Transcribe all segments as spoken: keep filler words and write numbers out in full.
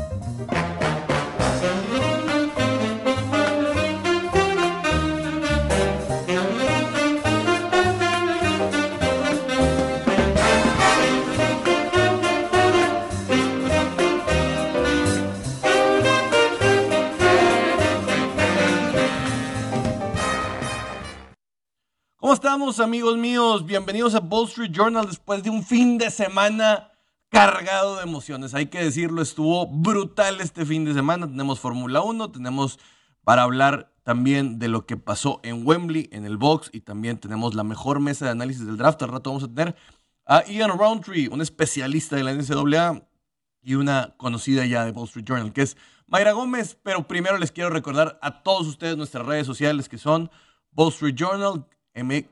¿Cómo estamos, amigos míos? Bienvenidos a Wall Street Journal después de un fin de semana cargado de emociones. Hay que decirlo, estuvo brutal este fin de semana. Tenemos Fórmula uno, tenemos para hablar también de lo que pasó en Wembley, en el box, y también tenemos la mejor mesa de análisis del draft. Al rato vamos a tener a Ian Roundtree, un especialista de la N C A A y una conocida ya de Wall Street Journal, que es Mayra Gómez. Pero primero les quiero recordar a todos ustedes nuestras redes sociales, que son Wall Street Journal M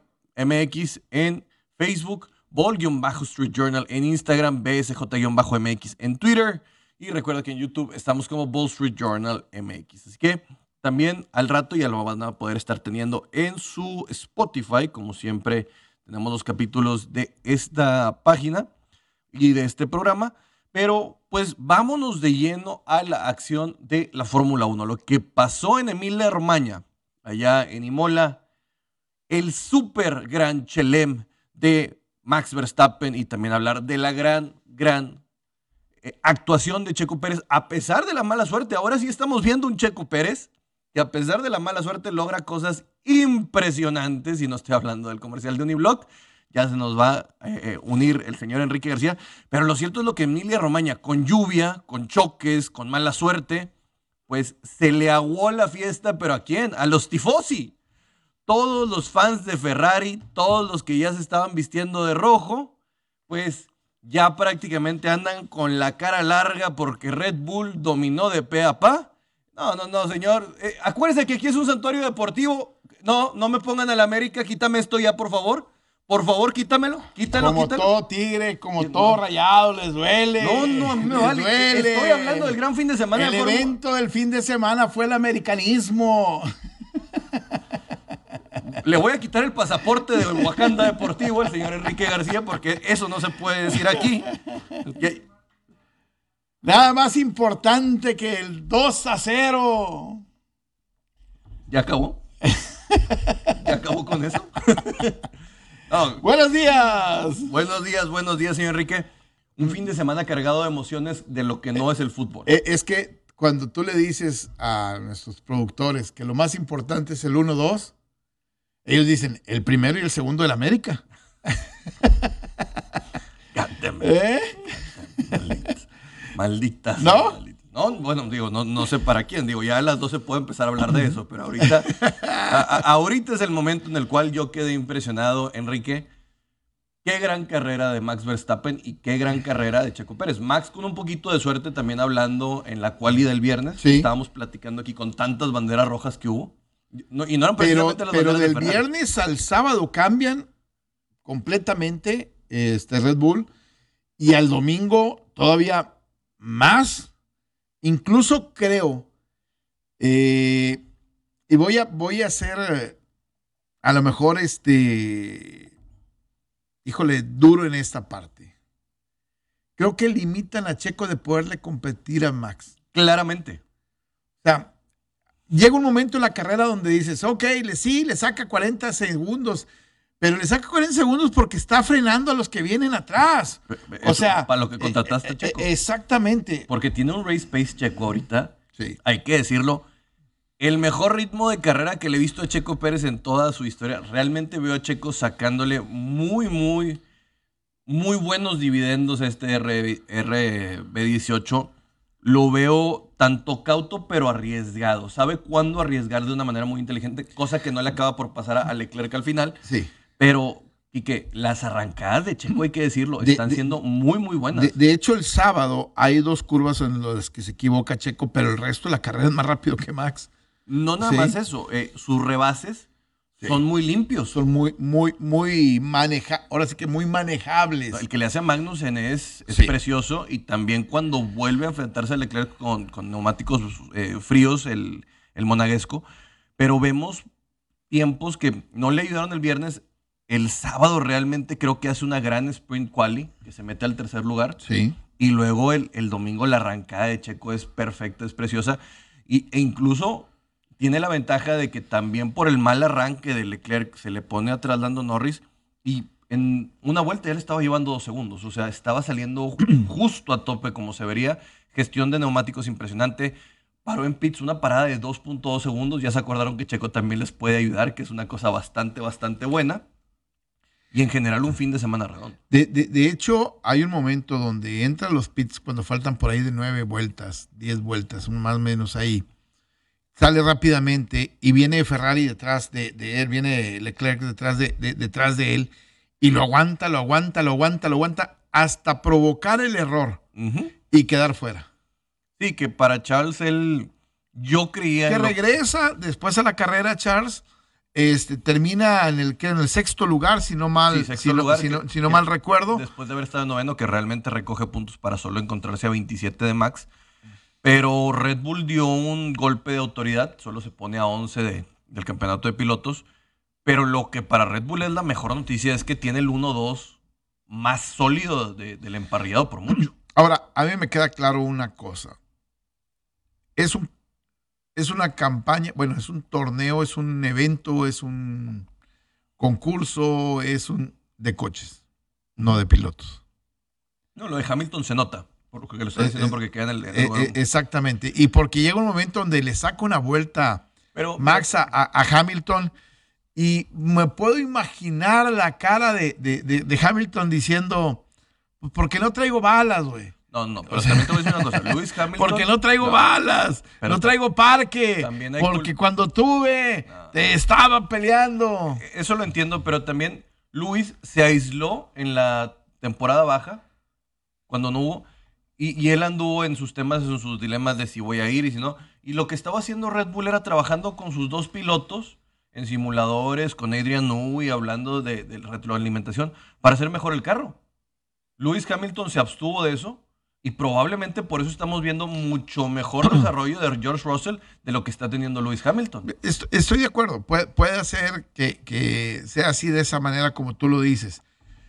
X en Facebook, Ball-Street Journal en Instagram, B S J-M X en Twitter, y recuerda que en YouTube estamos como Wall Street Journal M X. Así que también al rato ya lo van a poder estar teniendo en su Spotify. Como siempre, tenemos los capítulos de esta página y de este programa. Pero pues vámonos de lleno a la acción de la Fórmula uno. Lo que pasó en Emilia-Romagna, allá en Imola, el súper gran chelem de Max Verstappen, y también hablar de la gran, gran eh, actuación de Checo Pérez, a pesar de la mala suerte. Ahora sí estamos viendo un Checo Pérez que a pesar de la mala suerte logra cosas impresionantes, y no estoy hablando del comercial de Uniblock, ya se nos va a eh, unir el señor Enrique García, pero lo cierto es lo que Emilia-Romagna, con lluvia, con choques, con mala suerte, pues se le aguó la fiesta. ¿Pero a quién? A los tifosi. Todos los fans de Ferrari, todos los que ya se estaban vistiendo de rojo, pues ya prácticamente andan con la cara larga porque Red Bull dominó de pe a pa. No, no, no, señor. Eh, acuérdese que aquí es un santuario deportivo. No, no me pongan a la América. Quítame esto ya, por favor. Por favor, quítamelo. Quítalo, como quítalo. todo tigre, como no. todo rayado, les duele. No, no, a mí me les vale. Duele. Estoy hablando del gran fin de semana. El de evento del fin de semana fue el americanismo. Le voy a quitar el pasaporte del Wakanda Deportivo al señor Enrique García, porque eso no se puede decir aquí. Okay. Nada más importante que el dos a cero. ¿Ya acabó? ¿Ya acabó con eso? No. Buenos días. Buenos días, buenos días, señor Enrique. Un fin de semana cargado de emociones de lo que no es el fútbol. Es que cuando tú le dices a nuestros productores que lo más importante es el uno dos, ellos dicen el primero y el segundo del América. ¿Eh? Malditas. Malditas. ¿No? Malditas. No, bueno, digo, no, no sé para quién. Digo, ya a las doce puedo empezar a hablar de eso, pero ahorita, a, a, ahorita es el momento en el cual yo quedé impresionado, Enrique. Qué gran carrera de Max Verstappen y qué gran carrera de Checo Pérez. Max con un poquito de suerte también, hablando en la quali del viernes. Sí. Estábamos platicando aquí con tantas banderas rojas que hubo. No, y no eran pero precisamente las pero banderas del de Ferrari. Viernes al sábado cambian completamente este Red Bull, y al domingo todavía más. Incluso creo, eh, y voy a, voy a hacer a lo mejor este, híjole, duro en esta parte. Creo que limitan a Checo de poderle competir a Max. Claramente. O sea, llega un momento en la carrera donde dices, ok, le, sí, le saca cuarenta segundos, pero le saca cuarenta segundos porque está frenando a los que vienen atrás. Eso, o sea, para lo que contrataste, eh, Checo. Eh, exactamente. Porque tiene un race pace Checo ahorita. Sí. Hay que decirlo. El mejor ritmo de carrera que le he visto a Checo Pérez en toda su historia. Realmente veo a Checo sacándole muy, muy, muy buenos dividendos a este R B dieciocho. Lo veo tanto cauto, pero arriesgado. Sabe cuándo arriesgar de una manera muy inteligente, cosa que no le acaba por pasar a Leclerc al final. Sí. Pero, y que las arrancadas de Checo, hay que decirlo, de, están de, siendo muy, muy buenas. De, de hecho, el sábado hay dos curvas en las que se equivoca Checo, pero el resto de la carrera es más rápido que Max. No nada sí. más eso, eh, sus rebases sí. son muy limpios. Son muy, muy, muy manejables. Ahora sí que muy manejables. El que le hace a Magnussen es, es sí. precioso, y también cuando vuelve a enfrentarse a Leclerc con, con neumáticos eh, fríos, el, el monegasco. Pero vemos tiempos que no le ayudaron el viernes. El sábado realmente creo que hace una gran sprint quali, que se mete al tercer lugar. Sí. Y luego el, el domingo la arrancada de Checo es perfecta, es preciosa. Y, e incluso tiene la ventaja de que también por el mal arranque de Leclerc se le pone atrás Lando Norris y en una vuelta ya le estaba llevando dos segundos. O sea, estaba saliendo justo a tope como se vería. Gestión de neumáticos impresionante. Paró en pits una parada de dos punto dos segundos. Ya se acordaron que Checo también les puede ayudar, que es una cosa bastante, bastante buena. Y en general un fin de semana redondo. De, de, de hecho, hay un momento donde entran los pits cuando faltan por ahí de nueve vueltas, diez vueltas, más o menos ahí. Sale rápidamente y viene Ferrari detrás de, de él, viene Leclerc detrás de, de, detrás de él y lo aguanta, lo aguanta, lo aguanta, lo aguanta hasta provocar el error uh-huh. y quedar fuera. Sí, que para Charles él, yo creía... Que lo... regresa después a la carrera Charles, este, termina en el, en el sexto lugar, si no mal, sí, si, lugar, si, no, que, si no mal recuerdo. Después de haber estado en noveno, que realmente recoge puntos para solo encontrarse a veintisiete de Max. Pero Red Bull dio un golpe de autoridad, solo se pone a once de, del campeonato de pilotos. Pero lo que para Red Bull es la mejor noticia es que tiene el uno dos más sólido de, del emparrillado por mucho. Ahora, a mí me queda claro una cosa. Es un Es una campaña, bueno, es un torneo, es un evento, es un concurso, es un de coches, no de pilotos. No, lo de Hamilton se nota, por lo que lo estoy diciendo, eh, porque queda en el... En el eh, eh, exactamente, y porque llega un momento donde le saca una vuelta Pero, Max a, a, a Hamilton y me puedo imaginar la cara de, de, de, de Hamilton diciendo, ¿por qué no traigo balas, güey? No, no, pero también te voy a decir una cosa. Lewis Hamilton... Porque no traigo no, balas, no traigo parque, porque cul... cuando tuve, no. te estaba peleando. Eso lo entiendo, pero también Lewis se aisló en la temporada baja, cuando no hubo, y, y él anduvo en sus temas, en sus dilemas de si voy a ir y si no. Y lo que estaba haciendo Red Bull era trabajando con sus dos pilotos en simuladores, con Adrian Newey, hablando de, de retroalimentación, para hacer mejor el carro. Lewis Hamilton se abstuvo de eso. Y probablemente por eso estamos viendo mucho mejor desarrollo de George Russell de lo que está teniendo Lewis Hamilton. Estoy de acuerdo. Puede, puede ser que, que sea así de esa manera como tú lo dices.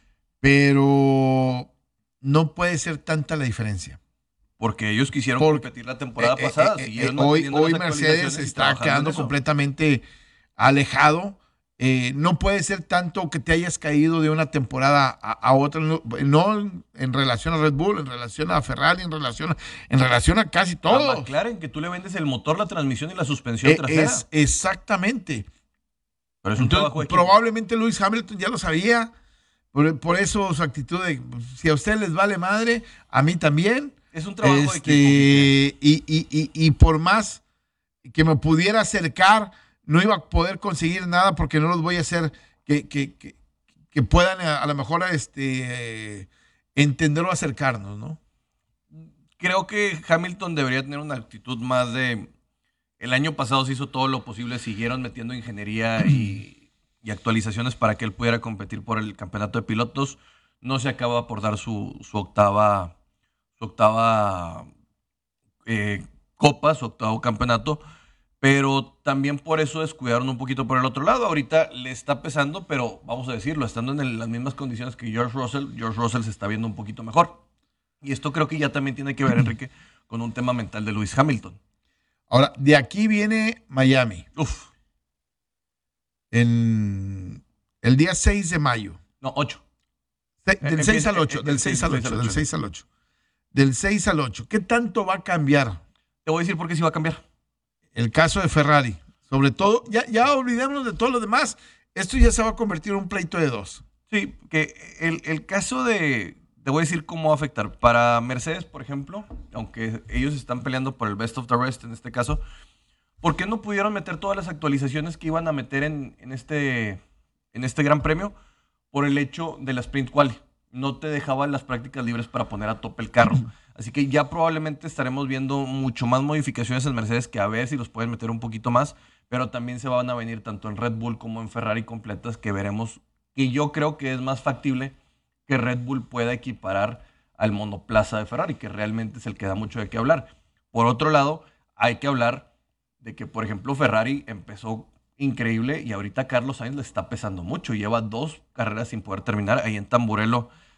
Pero no puede ser tanta la diferencia. Porque ellos quisieron Por, competir la temporada eh, pasada. Eh, eh, hoy hoy Mercedes está quedando completamente alejado. Eh, no puede ser tanto que te hayas caído de una temporada a, a otra, no, no en, en relación a Red Bull, en relación a Ferrari, en relación a, en relación a casi todo. A McLaren, que tú le vendes el motor, la transmisión y la suspensión eh, trasera. Es, exactamente. Pero es un Entonces, trabajo de probablemente Lewis Hamilton ya lo sabía, por, por eso su actitud de, si a ustedes les vale madre, a mí también. Es un trabajo este, de equipo. Y, y, y, y por más que me pudiera acercar, no iba a poder conseguir nada porque no los voy a hacer que, que, que, que puedan a, a lo mejor este, eh, entender o acercarnos, ¿no? Creo que Hamilton debería tener una actitud más de... El año pasado se hizo todo lo posible, siguieron metiendo ingeniería y, y actualizaciones para que él pudiera competir por el campeonato de pilotos. No se acaba por dar su, su octava, su octava eh, copa, su octavo campeonato. Pero también por eso descuidaron un poquito por el otro lado. Ahorita le está pesando, pero vamos a decirlo, estando en el, las mismas condiciones que George Russell, George Russell se está viendo un poquito mejor. Y esto creo que ya también tiene que ver, Enrique, con un tema mental de Lewis Hamilton. Ahora, de aquí viene Miami. Uf. En el día seis de mayo. No, ocho. Se, del seis al ocho, del seis al ocho, del seis al ocho. Del seis al ocho. ¿Qué tanto va a cambiar? Te voy a decir por qué sí va a cambiar. El caso de Ferrari, sobre todo, ya, ya olvidémonos de todo lo demás, esto ya se va a convertir en un pleito de dos. Sí, que el, el caso de, te voy a decir cómo va a afectar. Para Mercedes, por ejemplo, aunque ellos están peleando por el best of the rest en este caso, ¿por qué no pudieron meter todas las actualizaciones que iban a meter en, en, este, en este gran premio? Por el hecho de la sprint quali. No te dejaban las prácticas libres para poner a tope el carro. Así que ya probablemente estaremos viendo mucho más modificaciones en Mercedes, que a ver si los pueden meter un poquito más, pero también se van a venir tanto en Red Bull como en Ferrari completas, que veremos, que yo creo que es más factible que Red Bull pueda equiparar al monoplaza de Ferrari, que realmente es el que da mucho de qué hablar. Por otro lado, hay que hablar de que, por ejemplo, Ferrari empezó increíble y ahorita Carlos Sainz le está pesando mucho. Lleva dos carreras sin poder terminar. Ahí en Tamburello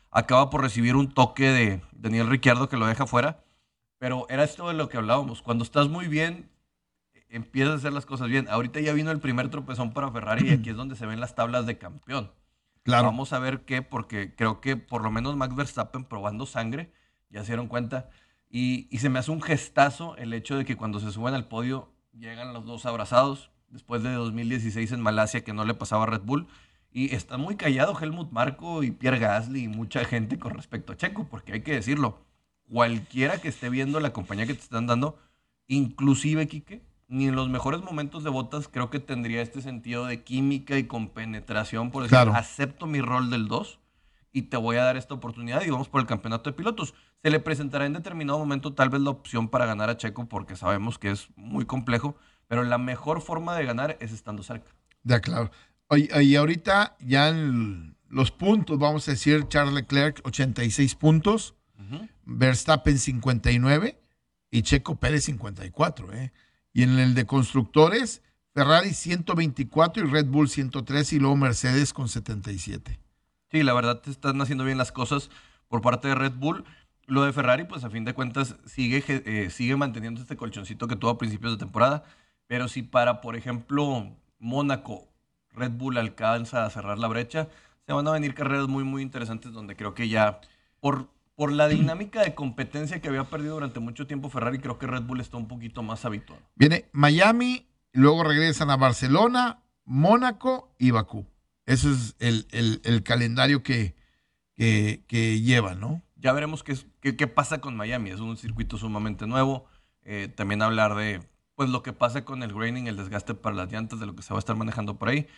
acaba por recibir un toque de Daniel Ricciardo que lo deja fuera. Pero era esto de lo que hablábamos. Cuando estás muy bien, empiezas a hacer las cosas bien. Ahorita ya vino el primer tropezón para Ferrari y aquí es donde se ven las tablas de campeón. Claro. Vamos a ver qué, porque creo que por lo menos Max Verstappen probando sangre, ya se dieron cuenta. Y, y se me hace un gestazo el hecho de que cuando se suben al podio llegan los dos abrazados, después de dos mil dieciséis en Malasia que no le pasaba a Red Bull. Y está muy callado Helmut Marko y Pierre Gasly y mucha gente con respecto a Checo, porque hay que decirlo, cualquiera que esté viendo la compañía que te están dando, inclusive Quique, ni en los mejores momentos de Bottas creo que tendría este sentido de química y compenetración por decir, Claro. acepto mi rol del dos y te voy a dar esta oportunidad y vamos por el campeonato de pilotos. Se le presentará en determinado momento tal vez la opción para ganar a Checo porque sabemos que es muy complejo, pero la mejor forma de ganar es estando cerca. Ya, claro. Oye, y ahorita ya en los puntos, vamos a decir, Charles Leclerc, ochenta y seis puntos, Uh-huh. Verstappen, cincuenta y nueve y Checo Pérez, cincuenta y cuatro. ¿eh? Y en el de constructores, Ferrari, ciento veinticuatro y Red Bull, ciento tres y luego Mercedes con setenta y siete. Sí, la verdad te están haciendo bien las cosas por parte de Red Bull. Lo de Ferrari, pues a fin de cuentas sigue, eh, sigue manteniendo este colchoncito que tuvo a principios de temporada, pero si para, por ejemplo, Mónaco, Red Bull alcanza a cerrar la brecha, se van a venir carreras muy, muy interesantes donde creo que ya, por, por la dinámica de competencia que había perdido durante mucho tiempo Ferrari, creo que Red Bull está un poquito más habituado. Viene Miami, luego regresan a Barcelona, Mónaco y Bakú. Ese es el, el, el calendario que, que, que llevan, ¿no? Ya veremos qué, qué, qué pasa con Miami. Es un circuito sumamente nuevo. Eh, también hablar de pues lo que pasa con el graining, el desgaste para las llantas, de lo que se va a estar manejando por ahí.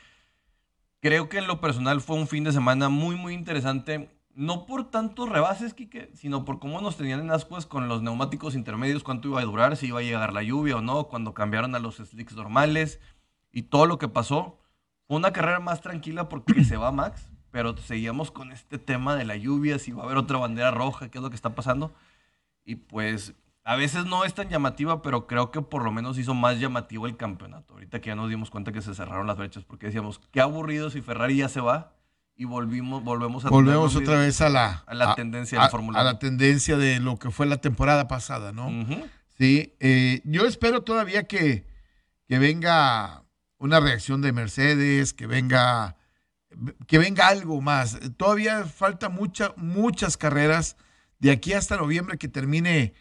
Creo que en lo personal fue un fin de semana muy, muy interesante. No por tantos rebases, Quique, sino por cómo nos tenían en ascuas con los neumáticos intermedios, cuánto iba a durar, si iba a llegar la lluvia o no, cuando cambiaron a los slicks normales y todo lo que pasó. Fue una carrera más tranquila porque se va Max, pero seguíamos con este tema de la lluvia, si va a haber otra bandera roja, qué es lo que está pasando. Y pues a veces no es tan llamativa, pero creo que por lo menos hizo más llamativo el campeonato. Ahorita que ya nos dimos cuenta que se cerraron las brechas, porque decíamos, qué aburrido si Ferrari ya se va y volvimos, volvemos a Volvemos tener otra vez a la, a la a, tendencia de la a, Fórmula a uno. la tendencia de lo que fue la temporada pasada, ¿no? Uh-huh. Sí, eh, yo espero todavía que, que venga una reacción de Mercedes, que venga, que venga algo más. Todavía falta mucha, muchas carreras de aquí hasta noviembre que termine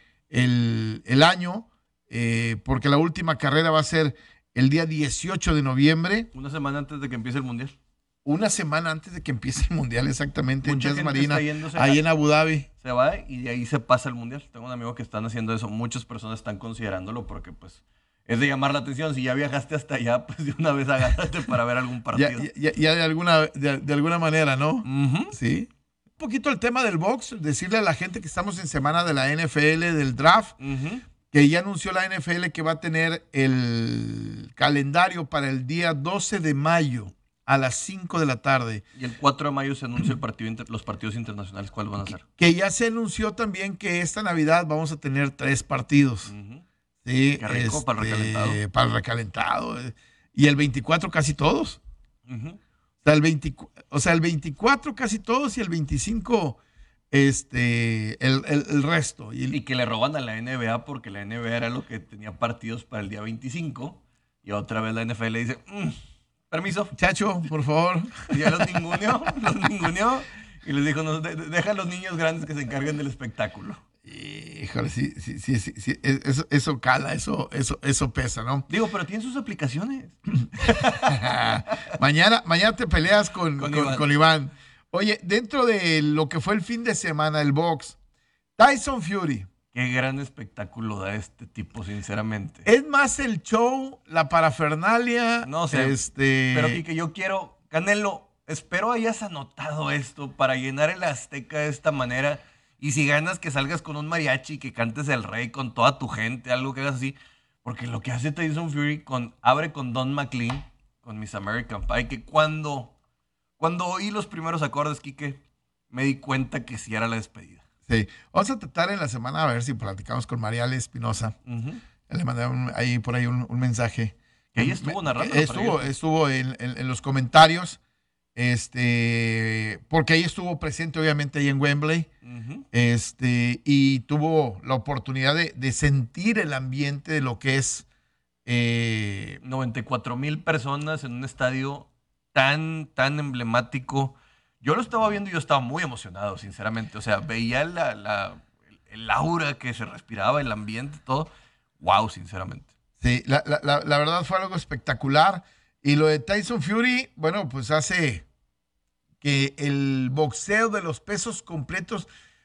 el, el año, eh, porque la última carrera va a ser el día dieciocho de noviembre. Una semana antes de que empiece el Mundial. Una semana antes de que empiece el Mundial, exactamente, Mucha en Jazz gente Marina, está yéndose ahí a- en Abu Dhabi. Se va y de ahí se pasa el Mundial. Tengo un amigo que están haciendo eso. Muchas personas están considerándolo porque pues es de llamar la atención. Si ya viajaste hasta allá, pues de una vez agárrate para ver algún Ya, partido. ya, ya- ya de, alguna, de, de alguna manera, ¿no? Ujú. Sí. Un poquito el tema del box, decirle a la gente que estamos en semana de la N F L, del draft, Ujú. que ya anunció la N F L que va a tener el calendario para el día doce de mayo a las cinco de la tarde. Y el cuatro de mayo se anuncia el partido inter- los partidos internacionales. ¿Cuáles van a ser? Que ya se anunció también que esta Navidad vamos a tener tres partidos. Ujú. Sí, Qué rico, para el recalentado. Para el recalentado. eh. Y el veinticuatro casi todos. Ujú. O sea, el veinticuatro, o sea, el veinticuatro casi todos y el veinticinco este, el, el, el resto. Y el- Y que le roban a la N B A porque la N B A era lo que tenía partidos para el día veinticinco. Y otra vez la N F L dice, "Mm, permiso. Chacho, por favor. Y ya los ninguneó, los ninguneó. Y les dijo, no, de- de- deja a los niños grandes que se encarguen del espectáculo. Híjole, sí, sí, sí, sí, sí, eso, eso cala, eso, eso, eso pesa, ¿no? Digo, pero tienen sus aplicaciones. mañana, mañana te peleas con, Con con, Iván. con Iván. Oye, dentro de lo que fue el fin de semana, el box, Tyson Fury. Qué gran espectáculo da este tipo, sinceramente. Es más el show, la parafernalia. No sé, Este, Pero Kike, yo quiero, Canelo, espero hayas anotado esto para llenar el Azteca de esta manera. Y si ganas, que salgas con un mariachi, que cantes el rey con toda tu gente, algo que hagas así. Porque lo que hace Tyson Fury con, abre con Don McLean, con Miss American Pie, que cuando, cuando oí los primeros acordes, Kike, me di cuenta que sí era la despedida. Sí. Vamos a tratar en la semana a ver si platicamos con Mariale Espinosa. Ujú. Le mandé un- ahí por ahí un, un mensaje. Que ella estuvo narrando. Estuvo, estuvo en, en- en los comentarios Este, porque ahí estuvo presente, obviamente, ahí en Wembley. Ujú. Este, y tuvo la oportunidad de, de sentir el ambiente de lo que es. eh, noventa y cuatro mil personas en un estadio tan, tan emblemático. Yo lo estaba viendo y yo estaba muy emocionado, sinceramente. O sea, veía la, la- el, el aura que se respiraba, el ambiente, todo. Wow, sinceramente. sí, la, la- la- la verdad fue algo espectacular. Y lo de Tyson Fury, bueno, pues hace que el boxeo de los pesos completos.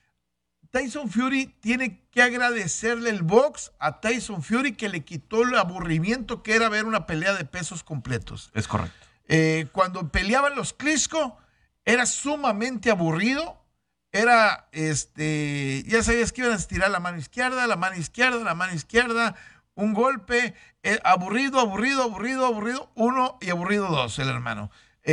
Tyson Fury tiene que agradecerle el box a Tyson Fury que le quitó el aburrimiento que era ver una pelea de pesos completos. Es correcto. Eh, cuando peleaban los Klitschko era sumamente aburrido. Era, este, ya sabías que iban a estirar la mano izquierda, la mano izquierda, la mano izquierda, un golpe, eh, aburrido, aburrido, aburrido, aburrido, uno y aburrido dos, el hermano.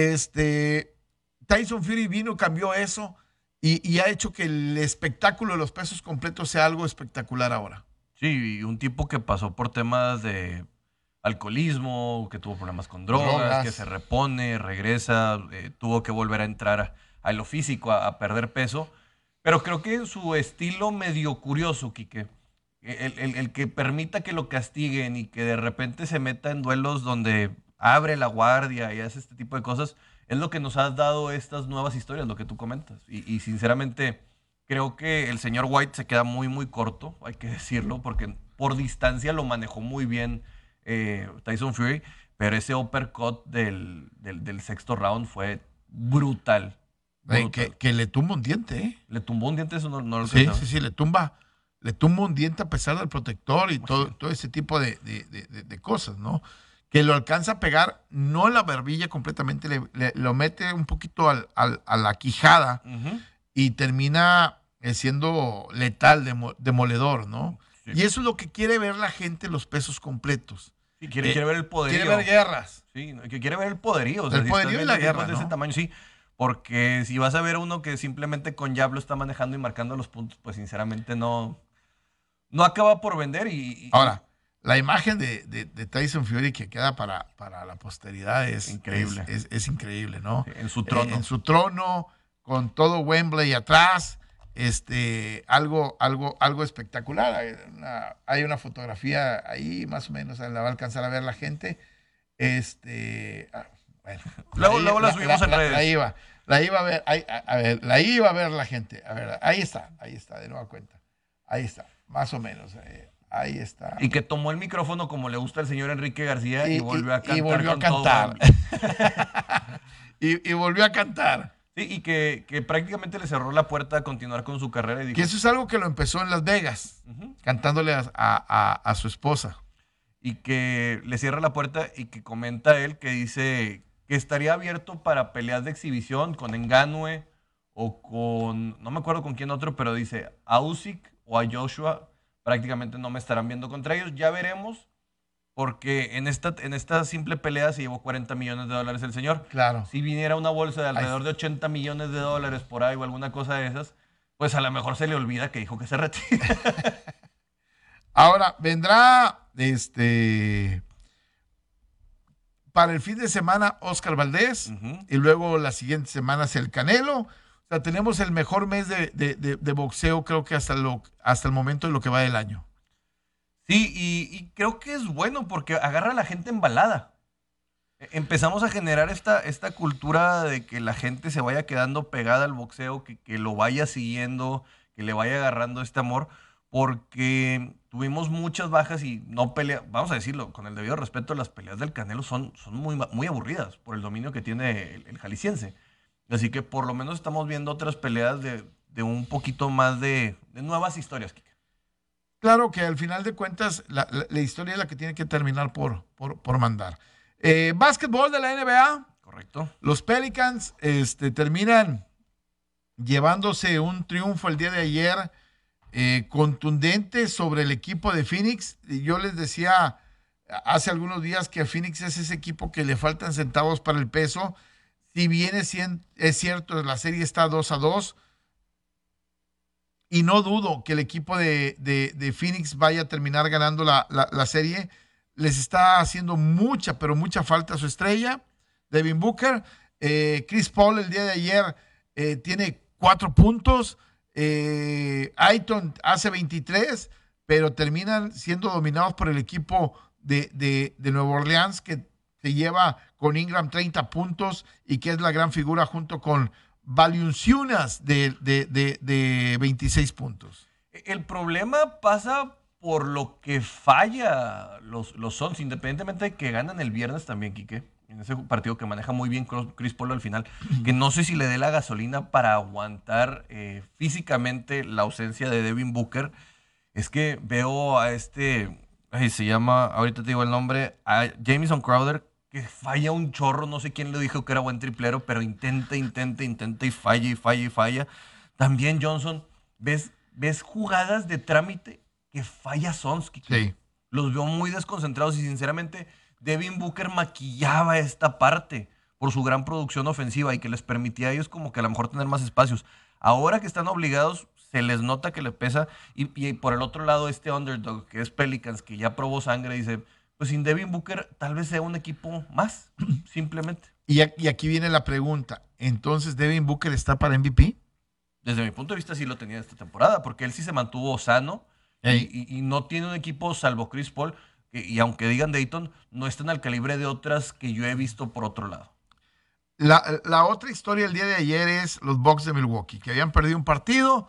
Este, Tyson Fury vino, cambió eso y, y ha hecho que el espectáculo de los pesos completos sea algo espectacular ahora. Sí, y un tipo que pasó por temas de alcoholismo, que tuvo problemas con drogas, Drogas. que se repone, regresa, eh, tuvo que volver a entrar a, a lo físico, a, a perder peso. Pero creo que su estilo medio curioso, Quique, el, el- el que permita que lo castiguen y que de repente se meta en duelos donde abre la guardia y hace este tipo de cosas, es lo que nos ha dado estas nuevas historias, lo que tú comentas. Y, y sinceramente, creo que el señor White se queda muy, muy corto, hay que decirlo, porque por distancia lo manejó muy bien eh, Tyson Fury, pero ese uppercut del, del, del sexto round fue brutal. Eh, Brutal. que, que le tumba un diente, ¿eh? Le tumbó un diente, eso no, no lo Sí, alcanzaba. sí, sí, le tumba, le tumba un diente a pesar del protector y todo, Imagínate. todo ese tipo de, de- de- de- de cosas, ¿no? Que lo alcanza a pegar, no en la barbilla completamente, le, le- lo mete un poquito al- al- a la quijada Ujú. y termina eh, siendo letal, demo- demoledor, ¿no? Sí. Y eso es lo que quiere ver la gente, los pesos completos. Sí, quiere, Eh, quiere ver el poderío. Quiere ver guerras. Sí, que quiere ver el poderío. O sea, El si poderío estás y la viendo tipos guerra, de ese ¿no? tamaño, sí. Porque si vas a ver a uno que simplemente con jab lo está manejando y marcando los puntos, pues sinceramente no, no acaba por vender. Y, y- Ahora, la imagen de, de- de Tyson Fury que queda para, para la posteridad es Increíble. Es, es- es increíble, ¿no? en su trono. Eh, en su trono, con todo Wembley atrás, este, algo, algo, algo espectacular. Hay una, hay una fotografía ahí, más o menos, la va a alcanzar a ver la gente. Este, ah, bueno, Luego- i- luego la subimos en la- redes. La iba, la iba a ver, ahí- a, a ver, la iba a ver la gente. A ver, ahí está, ahí está, de nueva cuenta. Ahí está, más o menos. eh, ahí está. Y que tomó el micrófono como le gusta al señor Enrique García y, Y- volvió a y- cantar. y volvió a con todo cantar. Wembley. y, y volvió a cantar. Sí, y que, que prácticamente le cerró la puerta a continuar con su carrera y dijo, Que eso es algo que lo empezó en Las Vegas, "Ujú". cantándole a, a- a- a su esposa. Y que le cierra la puerta y que comenta él que dice que estaría abierto para peleas de exhibición con Ngannou o con, no me acuerdo con quién otro, pero dice a Usyk o a Joshua prácticamente no me estarán viendo contra ellos, ya veremos, porque en esta, en esta simple pelea se llevó cuarenta millones de dólares el señor. Claro. Si viniera una bolsa de alrededor de ochenta millones de dólares por ahí o alguna cosa de esas, pues a lo mejor se le olvida que dijo que se retira. Ahora, vendrá este para el fin de semana Oscar Valdés Ujú. y luego la siguiente semana es el Canelo. O sea, tenemos el mejor mes de, de- de- de boxeo, creo que hasta, lo, hasta el momento de lo que va del año. Sí, y, y creo que es bueno porque agarra a la gente embalada. E- Empezamos a generar esta, esta cultura de que la gente se vaya quedando pegada al boxeo, que, que lo vaya siguiendo, que le vaya agarrando este amor, porque tuvimos muchas bajas y no pelea, vamos a decirlo, con el debido respeto, las peleas del Canelo son, son muy, ma- muy aburridas por el dominio que tiene el, el jalisciense. Así que por lo menos estamos viendo otras peleas de, de un poquito más de, de nuevas historias, Kike. Claro que al final de cuentas la, la- la historia es la que tiene que terminar por, por, por mandar. Eh, básquetbol de la N B A. ¿Correcto? Los Pelicans este, terminan llevándose un triunfo el día de ayer eh, contundente sobre el equipo de Phoenix. Y yo les decía hace algunos días que a Phoenix es ese equipo que le faltan centavos para el peso. Si bien es, cien- es cierto, la serie está dos a dos. Y no dudo que el equipo de, de- de Phoenix vaya a terminar ganando la, la- la serie. Les está haciendo mucha, pero mucha falta a su estrella, Devin Booker. Eh, Chris Paul el día de ayer eh, tiene cuatro puntos. Eh, Ayton hace veintitrés, pero terminan siendo dominados por el equipo de, de, de Nueva Orleans, que se lleva con Ingram treinta puntos y que es la gran figura junto con Valanciunas de, de, de, de veintiséis puntos. El problema pasa por lo que falla los, los Suns, independientemente de que ganan el viernes también, Quique, en ese partido que maneja muy bien Chris Paul al final, que no sé si le dé la gasolina para aguantar eh, físicamente la ausencia de Devin Booker. Es que veo a este, ay, se llama, ahorita te digo el nombre, a Jamison Crowder, que falla un chorro, no sé quién le dijo que era buen triplero, pero intenta, intenta, intenta y falla y falla y falla. También Johnson, ves, ves jugadas de trámite que falla Sonsky. Sí. Los veo muy desconcentrados y sinceramente Devin Booker maquillaba esta parte por su gran producción ofensiva y que les permitía a ellos como que a lo mejor tener más espacios. Ahora que están obligados, se les nota que le pesa. Y, y por el otro lado, este underdog, que es Pelicans, que ya probó sangre, dice, pues sin Devin Booker tal vez sea un equipo más, simplemente. Y, y aquí viene la pregunta, ¿entonces Devin Booker está para M V P? Desde mi punto de vista sí lo tenía esta temporada, porque él sí se mantuvo sano y, y, y no tiene un equipo salvo Chris Paul, que, y aunque digan Dayton, no están al calibre de otras que yo he visto por otro lado. La, la otra historia el día de ayer es los Bucks de Milwaukee, que habían perdido un partido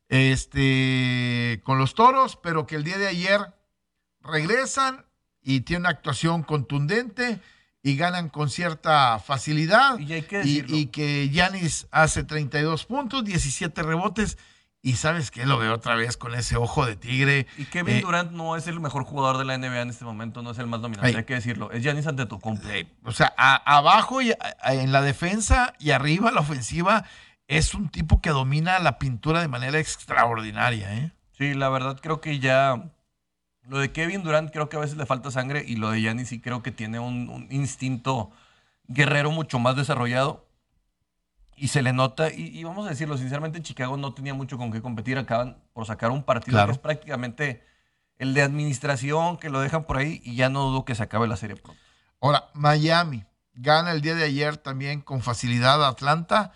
este, con los Toros, pero que el día de ayer regresan y tienen una actuación contundente y ganan con cierta facilidad. Y hay que y, decirlo. y que Giannis hace treinta y dos puntos, diecisiete rebotes. Y sabes que lo veo otra vez con ese ojo de tigre. Y Kevin eh, Durant no es el mejor jugador de la N B A en este momento, no es el más dominante, Ay. hay que decirlo. Es Giannis Antetokounmpo. eh, o sea, a, abajo y a, a, en la defensa y arriba la ofensiva es un tipo que domina la pintura de manera extraordinaria, ¿eh? Sí, la verdad creo que ya lo de Kevin Durant creo que a veces le falta sangre y lo de Giannis sí creo que tiene un, un instinto guerrero mucho más desarrollado. Y se le nota, y, y vamos a decirlo, sinceramente Chicago no tenía mucho con qué competir, acaban por sacar un partido Claro. que es prácticamente el de administración, que lo dejan por ahí y ya no dudo que se acabe la serie pronto. Ahora, Miami gana el día de ayer también con facilidad a Atlanta,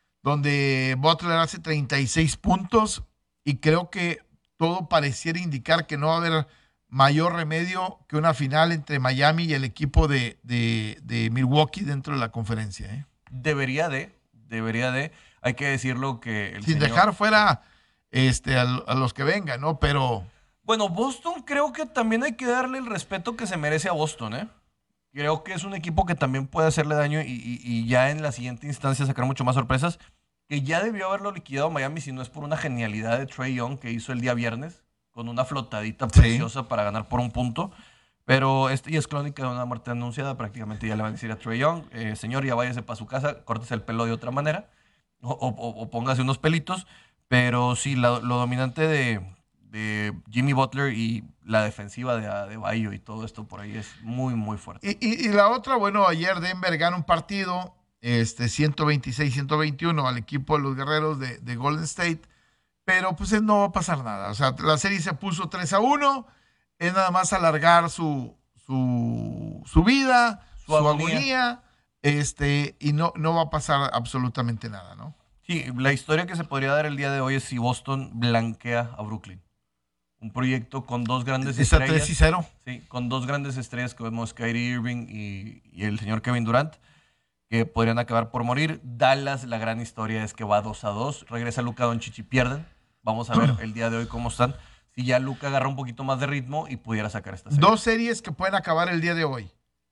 donde Butler hace treinta y seis puntos y creo que todo pareciera indicar que no va a haber mayor remedio que una final entre Miami y el equipo de, de, de Milwaukee dentro de la conferencia, ¿eh? Debería de, debería de, hay que decirlo que el Sin señor... dejar fuera este, a, a los que vengan, ¿no? Pero... Bueno, Boston creo que también hay que darle el respeto que se merece a Boston, ¿eh? Creo que es un equipo que también puede hacerle daño y, y, y ya en la siguiente instancia sacar mucho más sorpresas, que ya debió haberlo liquidado Miami si no es por una genialidad de Trae Young que hizo el día viernes, con una flotadita Sí. preciosa para ganar por un punto. Pero este ya es crónica de una muerte anunciada, prácticamente ya le van a decir a Trae Young, eh, señor, ya váyase para su casa, córtese el pelo de otra manera, o, o, o póngase unos pelitos. Pero sí, la, lo dominante de, de Jimmy Butler y la defensiva de Adebayo y todo esto por ahí es muy, muy fuerte. Y, y, y la otra, bueno, ayer Denver gana un partido, este, ciento veintiséis a ciento veintiuno al equipo de los guerreros de, de Golden State, pero pues no va a pasar nada. O sea, la serie se puso tres a uno, es nada más alargar su, su, su vida, su, Su agonía, agonía. este, y no, no va a pasar absolutamente nada, ¿no? Sí, la historia que se podría dar el día de hoy es si Boston blanquea a Brooklyn. Un proyecto con dos grandes Está estrellas. tres y cero. Sí, con dos grandes estrellas que vemos, Kyrie Irving y, y el señor Kevin Durant, que podrían acabar por morir. Dallas, la gran historia es que va dos a dos. Regresa Luka Doncic y pierden. Vamos a ver el día de hoy cómo están. Si ya Luka agarra un poquito más de ritmo y pudiera sacar esta serie. Dos series que pueden acabar el día de hoy.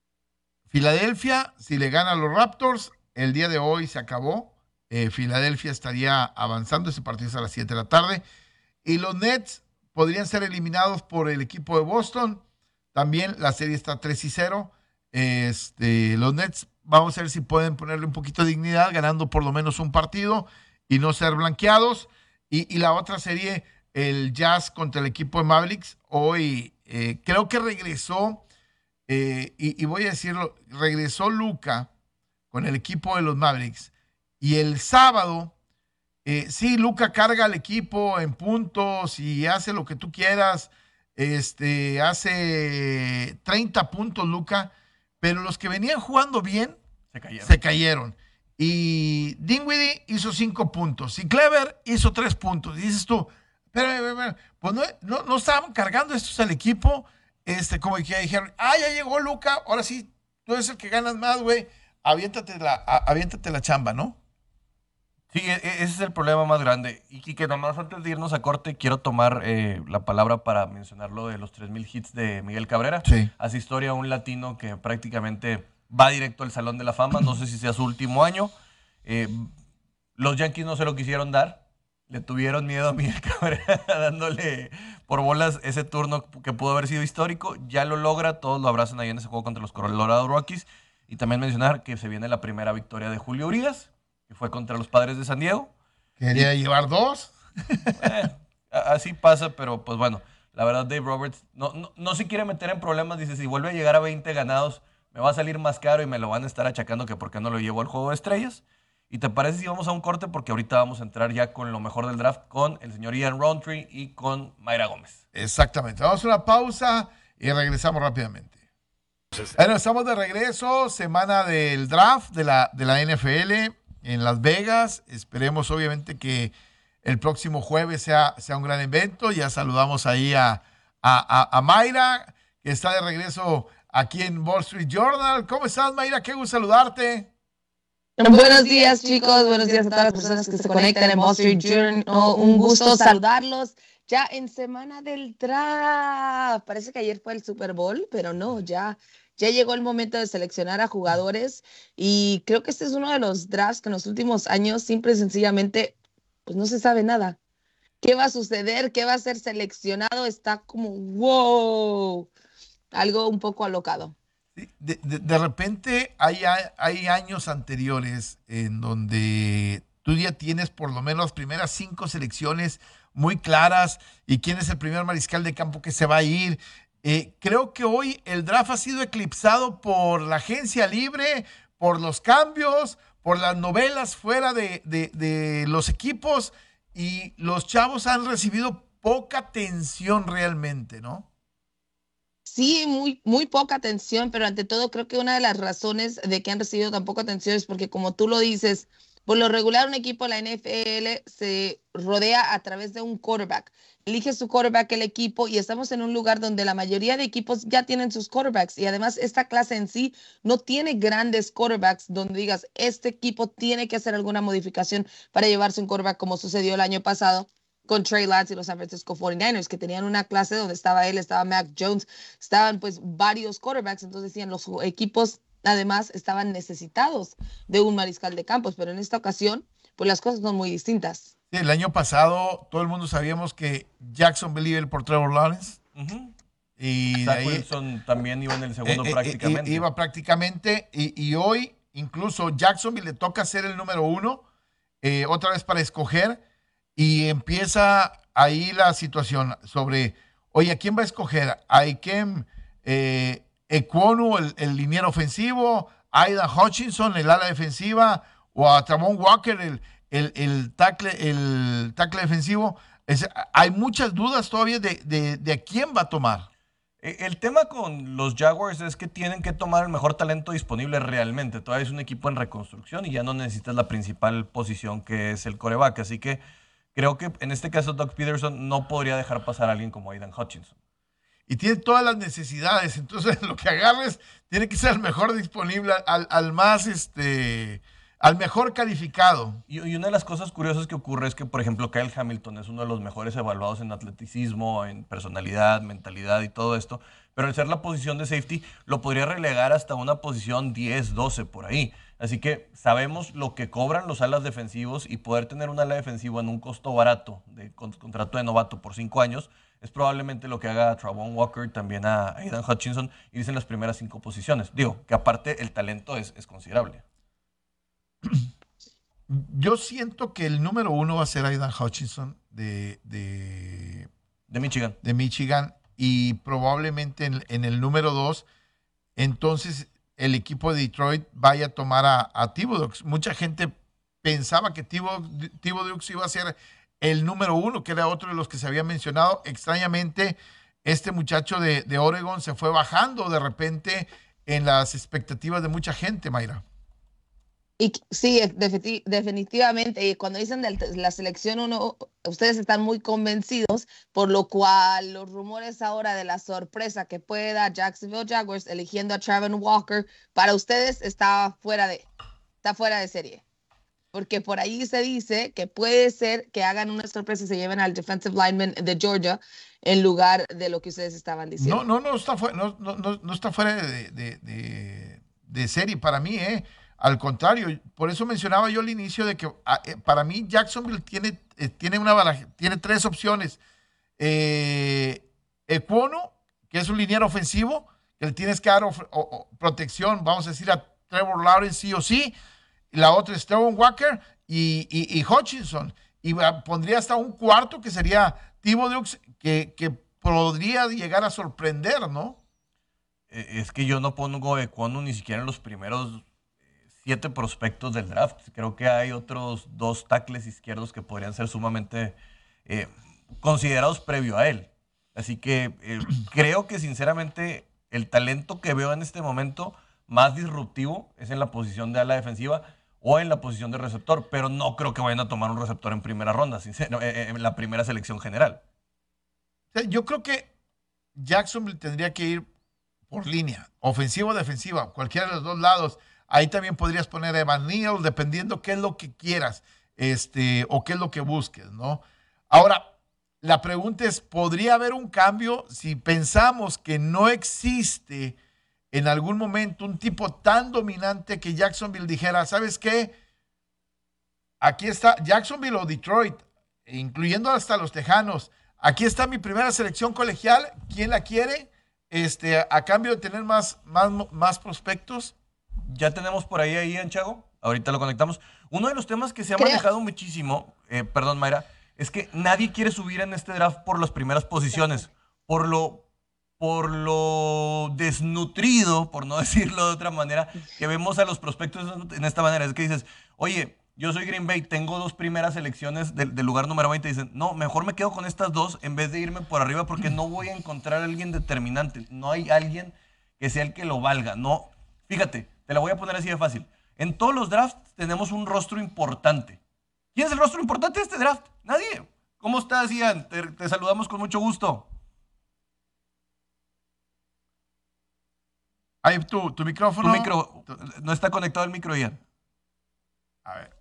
Filadelfia, si le gana a los Raptors, el día de hoy se acabó. Eh, Filadelfia estaría avanzando, ese partido es a las siete de la tarde. Y los Nets podrían ser eliminados por el equipo de Boston. También la serie está tres y cero. Este, los Nets, vamos a ver si pueden ponerle un poquito de dignidad, ganando por lo menos un partido y no ser blanqueados. Y, y la otra serie, el Jazz contra el equipo de Mavericks. Hoy eh, creo que regresó, eh, y, y voy a decirlo, regresó Luka con el equipo de los Mavericks. Y el sábado, eh, sí, Luka carga al equipo en puntos y hace lo que tú quieras. Este, hace treinta puntos Luka, pero los que venían jugando bien Se cayeron. se cayeron. y Dinwiddie hizo cinco puntos y Clever hizo tres puntos. Y dices tú, espérame, espérame, pues no, no, no estaban cargando estos al equipo, este, como que dijeron, ah, ya llegó Luka, ahora sí, tú eres el que ganas más, güey, aviéntate la, a, aviéntate la chamba, ¿no? Sí, e- e- ese es el problema más grande. Y, y que nomás antes de irnos a corte, quiero tomar eh, la palabra para mencionar lo de los tres mil hits de Miguel Cabrera. Sí. Hace historia un latino que prácticamente va directo al Salón de la Fama. No sé si sea su último año. Eh, los Yankees no se lo quisieron dar. Le tuvieron miedo a Miguel Cabrera dándole por bolas ese turno que pudo haber sido histórico. Ya lo logra, todos lo abrazan ahí en ese juego contra los Colorado Rockies. Y también mencionar que se viene la primera victoria de Julio Urias, que fue contra los Padres de San Diego. Quería y, llevar dos. Eh, así pasa, pero pues bueno, la verdad Dave Roberts no, no, no se quiere meter en problemas. Dice, si vuelve a llegar a veinte ganados, me va a salir más caro y me lo van a estar achacando que por qué no lo llevo al Juego de Estrellas. ¿Y te parece si vamos a un corte? Porque ahorita vamos a entrar ya con lo mejor del draft con el señor Ian Roundtree y con Mayra Gómez. Exactamente. Vamos a una pausa y regresamos rápidamente. Bueno, estamos de regreso, semana del draft de la, de la N F L en Las Vegas. Esperemos obviamente que el próximo jueves sea, sea un gran evento. Ya saludamos ahí a, a, a, a Mayra, que está de regreso aquí en Wall Street Journal. ¿Cómo estás, Mayra? Qué gusto saludarte. Buenos días, chicos. Buenos días a todas las personas que se conectan en Wall Street Journal. Un gusto saludarlos. Ya en semana del draft. Parece que ayer fue el Super Bowl, pero no, ya, ya llegó el momento de seleccionar a jugadores. Y creo que este es uno de los drafts que en los últimos años, simple y sencillamente, pues no se sabe nada. ¿Qué va a suceder? ¿Qué va a ser seleccionado? Está como, wow, algo un poco alocado. De, de, de repente hay, hay años anteriores en donde tú ya tienes por lo menos las primeras cinco selecciones muy claras y quién es el primer mariscal de campo que se va a ir. Eh, creo que hoy el draft ha sido eclipsado por la agencia libre, por los cambios, por las novelas fuera de, de, de los equipos y los chavos han recibido poca atención realmente, ¿no? Sí, muy, muy poca atención, pero ante todo creo que una de las razones de que han recibido tan poca atención es porque, como tú lo dices, por lo regular un equipo de la N F L se rodea a través de un quarterback. Elige su quarterback el equipo y estamos en un lugar donde la mayoría de equipos ya tienen sus quarterbacks y además esta clase en sí no tiene grandes quarterbacks donde digas, este equipo tiene que hacer alguna modificación para llevarse un quarterback como sucedió el año pasado con Trey Lance y los San Francisco cuarenta y nueve ers, que tenían una clase donde estaba él, estaba Mac Jones, estaban pues varios quarterbacks, entonces decían los equipos además estaban necesitados de un mariscal de campos, pero en esta ocasión pues las cosas son muy distintas. Sí, el año pasado todo el mundo sabíamos que Jacksonville iba por Trevor Lawrence. Uh-huh. Y Zach ahí, Wilson también iba en el segundo eh, prácticamente. Eh, iba prácticamente y, y hoy incluso Jacksonville le toca ser el número uno, eh, otra vez para escoger. Y empieza ahí la situación sobre, oye, ¿a quién va a escoger? ¿A Ikem eh, Ekwonu, el, el liniero ofensivo? ¿A Aidan Hutchinson, el ala defensiva? ¿O a Travon Walker, el, el, el, tackle, el tackle defensivo? Es, hay muchas dudas todavía de, de, de a quién va a tomar. El tema con los Jaguars es que tienen que tomar el mejor talento disponible realmente. Todavía es un equipo en reconstrucción y ya no necesitas la principal posición que es el quarterback. Así que creo que en este caso Doug Peterson no podría dejar pasar a alguien como Aidan Hutchinson. Y tiene todas las necesidades, entonces lo que agarres tiene que ser el mejor disponible, al, al más, este, al mejor calificado. Y, y una de las cosas curiosas que ocurre es que, por ejemplo, Kyle Hamilton es uno de los mejores evaluados en atleticismo, en personalidad, mentalidad y todo esto, pero al ser la posición de safety lo podría relegar hasta una posición diez, doce por ahí. Así que sabemos lo que cobran los alas defensivos y poder tener un ala defensivo en un costo barato de con, contrato de novato por cinco años es probablemente lo que haga a Travon Walker, también a Aidan Hutchinson, irse en las primeras cinco posiciones. Digo, que aparte el talento es, es considerable. Yo siento que el número uno va a ser Aidan Hutchinson de, de, de Michigan. De Michigan y probablemente en, en el número dos, entonces el equipo de Detroit vaya a tomar a, a Thibodeaux. Mucha gente pensaba que Thibodeaux iba a ser el número uno, que era otro de los que se había mencionado. Extrañamente, este muchacho de, de Oregon se fue bajando de repente en las expectativas de mucha gente, Mayra. Y sí, definitivamente, y cuando dicen de la selección uno, ustedes están muy convencidos, por lo cual los rumores ahora de la sorpresa que puede dar Jacksonville Jaguars eligiendo a Travon Walker, para ustedes está fuera de, está fuera de serie. Porque por ahí se dice que puede ser que hagan una sorpresa y se lleven al defensive lineman de Georgia en lugar de lo que ustedes estaban diciendo. No, no, no está fuera, no, no, no, no está fuera de, de, de, de serie para mí, ¿eh? Al contrario, por eso mencionaba yo al inicio de que para mí Jacksonville tiene, tiene, una baraja, tiene tres opciones. Eh, Ekwonu, que es un liniero ofensivo, que le tienes que dar of, o, o, protección, vamos a decir, a Trevor Lawrence sí o sí. La otra es Travon Walker y, y, y Hutchinson. Y pondría hasta un cuarto que sería Thibodeaux, que, que podría llegar a sorprender, ¿no? Es que yo no pongo Ekwonu ni siquiera en los primeros siete prospectos del draft. Creo que hay otros dos tackles izquierdos que podrían ser sumamente eh, considerados previo a él. Así que eh, creo que sinceramente el talento que veo en este momento más disruptivo es en la posición de ala defensiva o en la posición de receptor, pero no creo que vayan a tomar un receptor en primera ronda, sincero, eh, en la primera selección general. Yo creo que Jacksonville tendría que ir por línea, ofensiva o defensiva, cualquiera de los dos lados. Ahí también podrías poner a Evan Neal, dependiendo qué es lo que quieras, este, o qué es lo que busques, ¿no? Ahora, la pregunta es, ¿podría haber un cambio si pensamos que no existe en algún momento un tipo tan dominante que Jacksonville dijera, ¿sabes qué? Aquí está Jacksonville o Detroit, incluyendo hasta los Tejanos. Aquí está mi primera selección colegial. ¿Quién la quiere? Este, a cambio de tener más, más, más prospectos. Ya tenemos por ahí a Ian Chago. Ahorita lo conectamos. Uno de los temas que se ha Creo. manejado muchísimo, eh, perdón, Mayra, es que nadie quiere subir en este draft por las primeras posiciones. Por lo, por lo desnutrido, por no decirlo de otra manera, que vemos a los prospectos en esta manera. Es que dices, oye, yo soy Green Bay, tengo dos primeras selecciones del, del lugar número veinte. Dicen, no, mejor me quedo con estas dos en vez de irme por arriba porque no voy a encontrar a alguien determinante. No hay alguien que sea el que lo valga. No, fíjate, te la voy a poner así de fácil. En todos los drafts tenemos un rostro importante. ¿Quién es el rostro importante de este draft? Nadie. ¿Cómo estás, Ian? Te, te saludamos con mucho gusto. Ahí tu, tu micrófono. Tu micro, no está conectado el micro, Ian. A ver.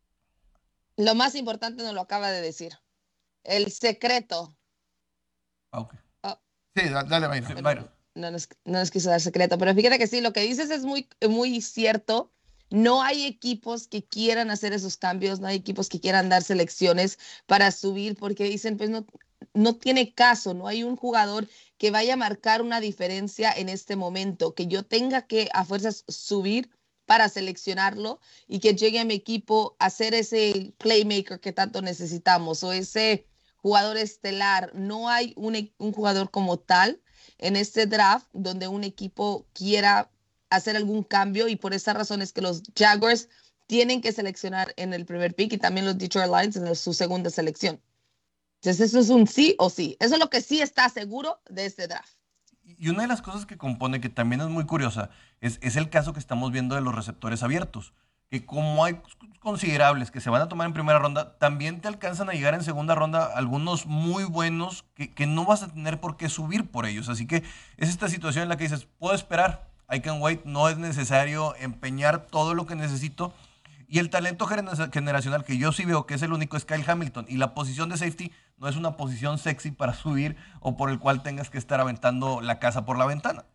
Lo más importante nos lo acaba de decir. El secreto. Ah, ok. Oh. Sí, dale, Mayra. Sí, Mayra. No nos, no nos quiso dar secreto, pero fíjate que sí, lo que dices es muy, muy cierto. No hay equipos que quieran hacer esos cambios, no hay equipos que quieran dar selecciones para subir, porque dicen, pues no, no tiene caso, no hay un jugador que vaya a marcar una diferencia en este momento, que yo tenga que a fuerzas subir para seleccionarlo y que llegue a mi equipo a ser ese playmaker que tanto necesitamos o ese jugador estelar. No hay un, un jugador como tal en este draft donde un equipo quiera hacer algún cambio y por esa razón es que los Jaguars tienen que seleccionar en el primer pick y también los Detroit Lions en su segunda selección. Entonces eso es un sí o sí. Eso es lo que sí está seguro de este draft. Y una de las cosas que compone, que también es muy curiosa, es, es el caso que estamos viendo de los receptores abiertos. Que como hay considerables que se van a tomar en primera ronda, también te alcanzan a llegar en segunda ronda algunos muy buenos que, que no vas a tener por qué subir por ellos. Así que es esta situación en la que dices, puedo esperar, I can wait, no es necesario empeñar todo lo que necesito. Y el talento generacional que yo sí veo que es el único es Kyle Hamilton. Y la posición de safety no es una posición sexy para subir o por el cual tengas que estar aventando la casa por la ventana.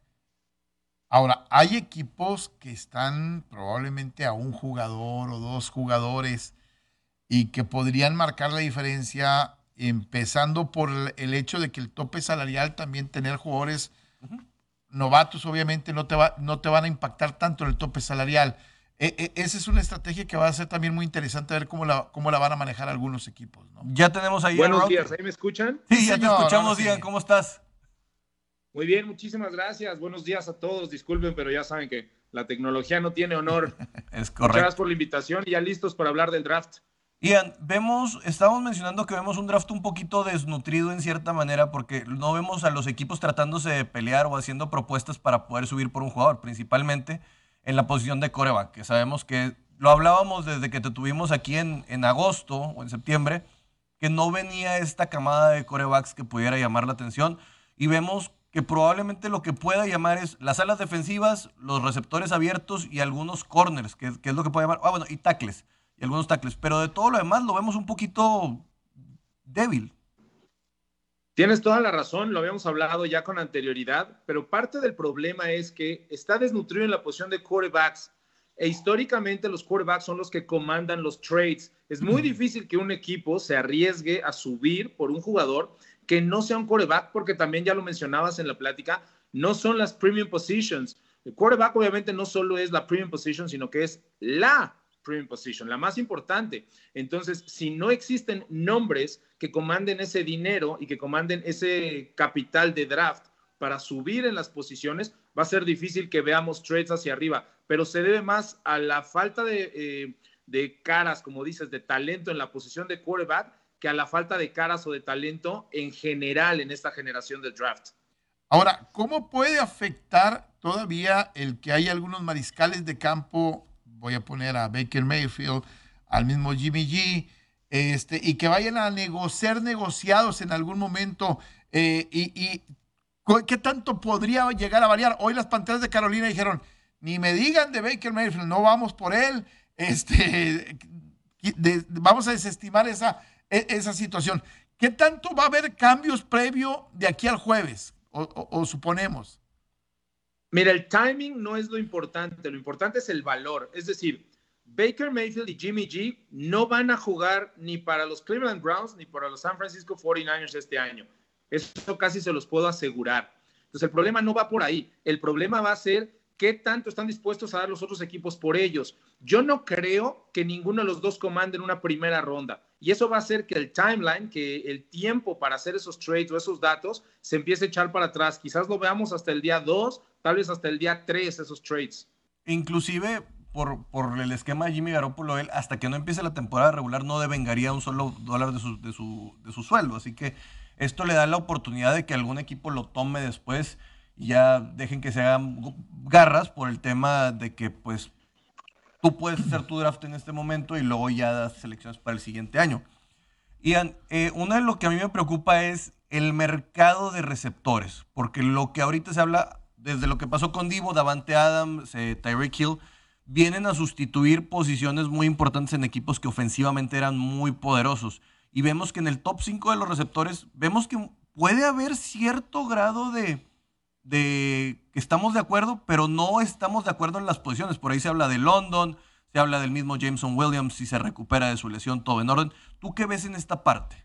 Ahora, hay equipos que están probablemente a un jugador o dos jugadores y que podrían marcar la diferencia, empezando por el hecho de que el tope salarial, también tener jugadores uh-huh. novatos, obviamente no te, va, no te van a impactar tanto el tope salarial. E, e, esa es una estrategia que va a ser también muy interesante ver cómo la, cómo la van a manejar algunos equipos, ¿no? Ya tenemos ahí. Buenos días, ¿ahí me escuchan? Sí, ya señor, te escuchamos, Ian. ¿Cómo estás? Muy bien, muchísimas gracias. Buenos días a todos. Disculpen, pero ya saben que la tecnología no tiene honor. Es correcto. Muchas gracias por la invitación y ya listos para hablar del draft. Ian, vemos, estábamos mencionando que vemos un draft un poquito desnutrido en cierta manera porque no vemos a los equipos tratándose de pelear o haciendo propuestas para poder subir por un jugador, principalmente en la posición de quarterback, que sabemos que lo hablábamos desde que te tuvimos aquí en, en agosto o en septiembre, que no venía esta camada de quarterbacks que pudiera llamar la atención, y vemos que probablemente lo que pueda llamar es las alas defensivas, los receptores abiertos y algunos corners, que, que es lo que puede llamar, ah bueno, y tackles, y algunos tackles, pero de todo lo demás lo vemos un poquito débil. Tienes toda la razón, lo habíamos hablado ya con anterioridad, pero parte del problema es que está desnutrido en la posición de quarterbacks, e históricamente los quarterbacks son los que comandan los trades. Es muy difícil que un equipo se arriesgue a subir por un jugador que no sea un quarterback, porque también ya lo mencionabas en la plática, no son las premium positions. El quarterback obviamente no solo es la premium position, sino que es la premium position, la más importante. Entonces, si no existen nombres que comanden ese dinero y que comanden ese capital de draft para subir en las posiciones, va a ser difícil que veamos trades hacia arriba, pero se debe más a la falta de, eh, de caras, como dices, de talento en la posición de quarterback, que a la falta de caras o de talento en general en esta generación del draft. Ahora, ¿cómo puede afectar todavía el que hay algunos mariscales de campo? Voy a poner a Baker Mayfield, al mismo Jimmy G, este, y que vayan a negociar negociados en algún momento. Eh, y, y ¿qué tanto podría llegar a variar? Hoy las Panteras de Carolina dijeron, ni me digan de Baker Mayfield, no vamos por él, este, de, vamos a desestimar esa, esa situación. ¿Qué tanto va a haber cambios previo de aquí al jueves? O, o, o suponemos. Mira, el timing no es lo importante, lo importante es el valor. Es decir, Baker Mayfield y Jimmy G no van a jugar ni para los Cleveland Browns ni para los San Francisco cuarenta y nueve ers este año. Eso casi se los puedo asegurar. Entonces el problema no va por ahí. El problema va a ser qué tanto están dispuestos a dar los otros equipos por ellos. Yo no creo que ninguno de los dos comanden una primera ronda. Y eso va a hacer que el timeline, que el tiempo para hacer esos trades o esos datos se empiece a echar para atrás. Quizás lo veamos hasta el día dos, tal vez hasta el día tres, esos trades. Inclusive, por, por el esquema de Jimmy Garoppolo, él, hasta que no empiece la temporada regular, no devengaría un solo dólar de su, de su, de su sueldo. Así que esto le da la oportunidad de que algún equipo lo tome después y ya dejen que se hagan garras por el tema de que, pues, tú puedes hacer tu draft en este momento y luego ya das selecciones para el siguiente año. Ian, eh, uno de lo que a mí me preocupa es el mercado de receptores, porque lo que ahorita se habla, desde lo que pasó con Deebo, Davante Adams, eh, Tyreek Hill, vienen a sustituir posiciones muy importantes en equipos que ofensivamente eran muy poderosos. Y vemos que en el top cinco de los receptores, vemos que puede haber cierto grado de... de que estamos de acuerdo, pero no estamos de acuerdo en las posiciones. Por ahí se habla de London, se habla del mismo Jameson Williams, si se recupera de su lesión, todo en orden. ¿Tú qué ves en esta parte?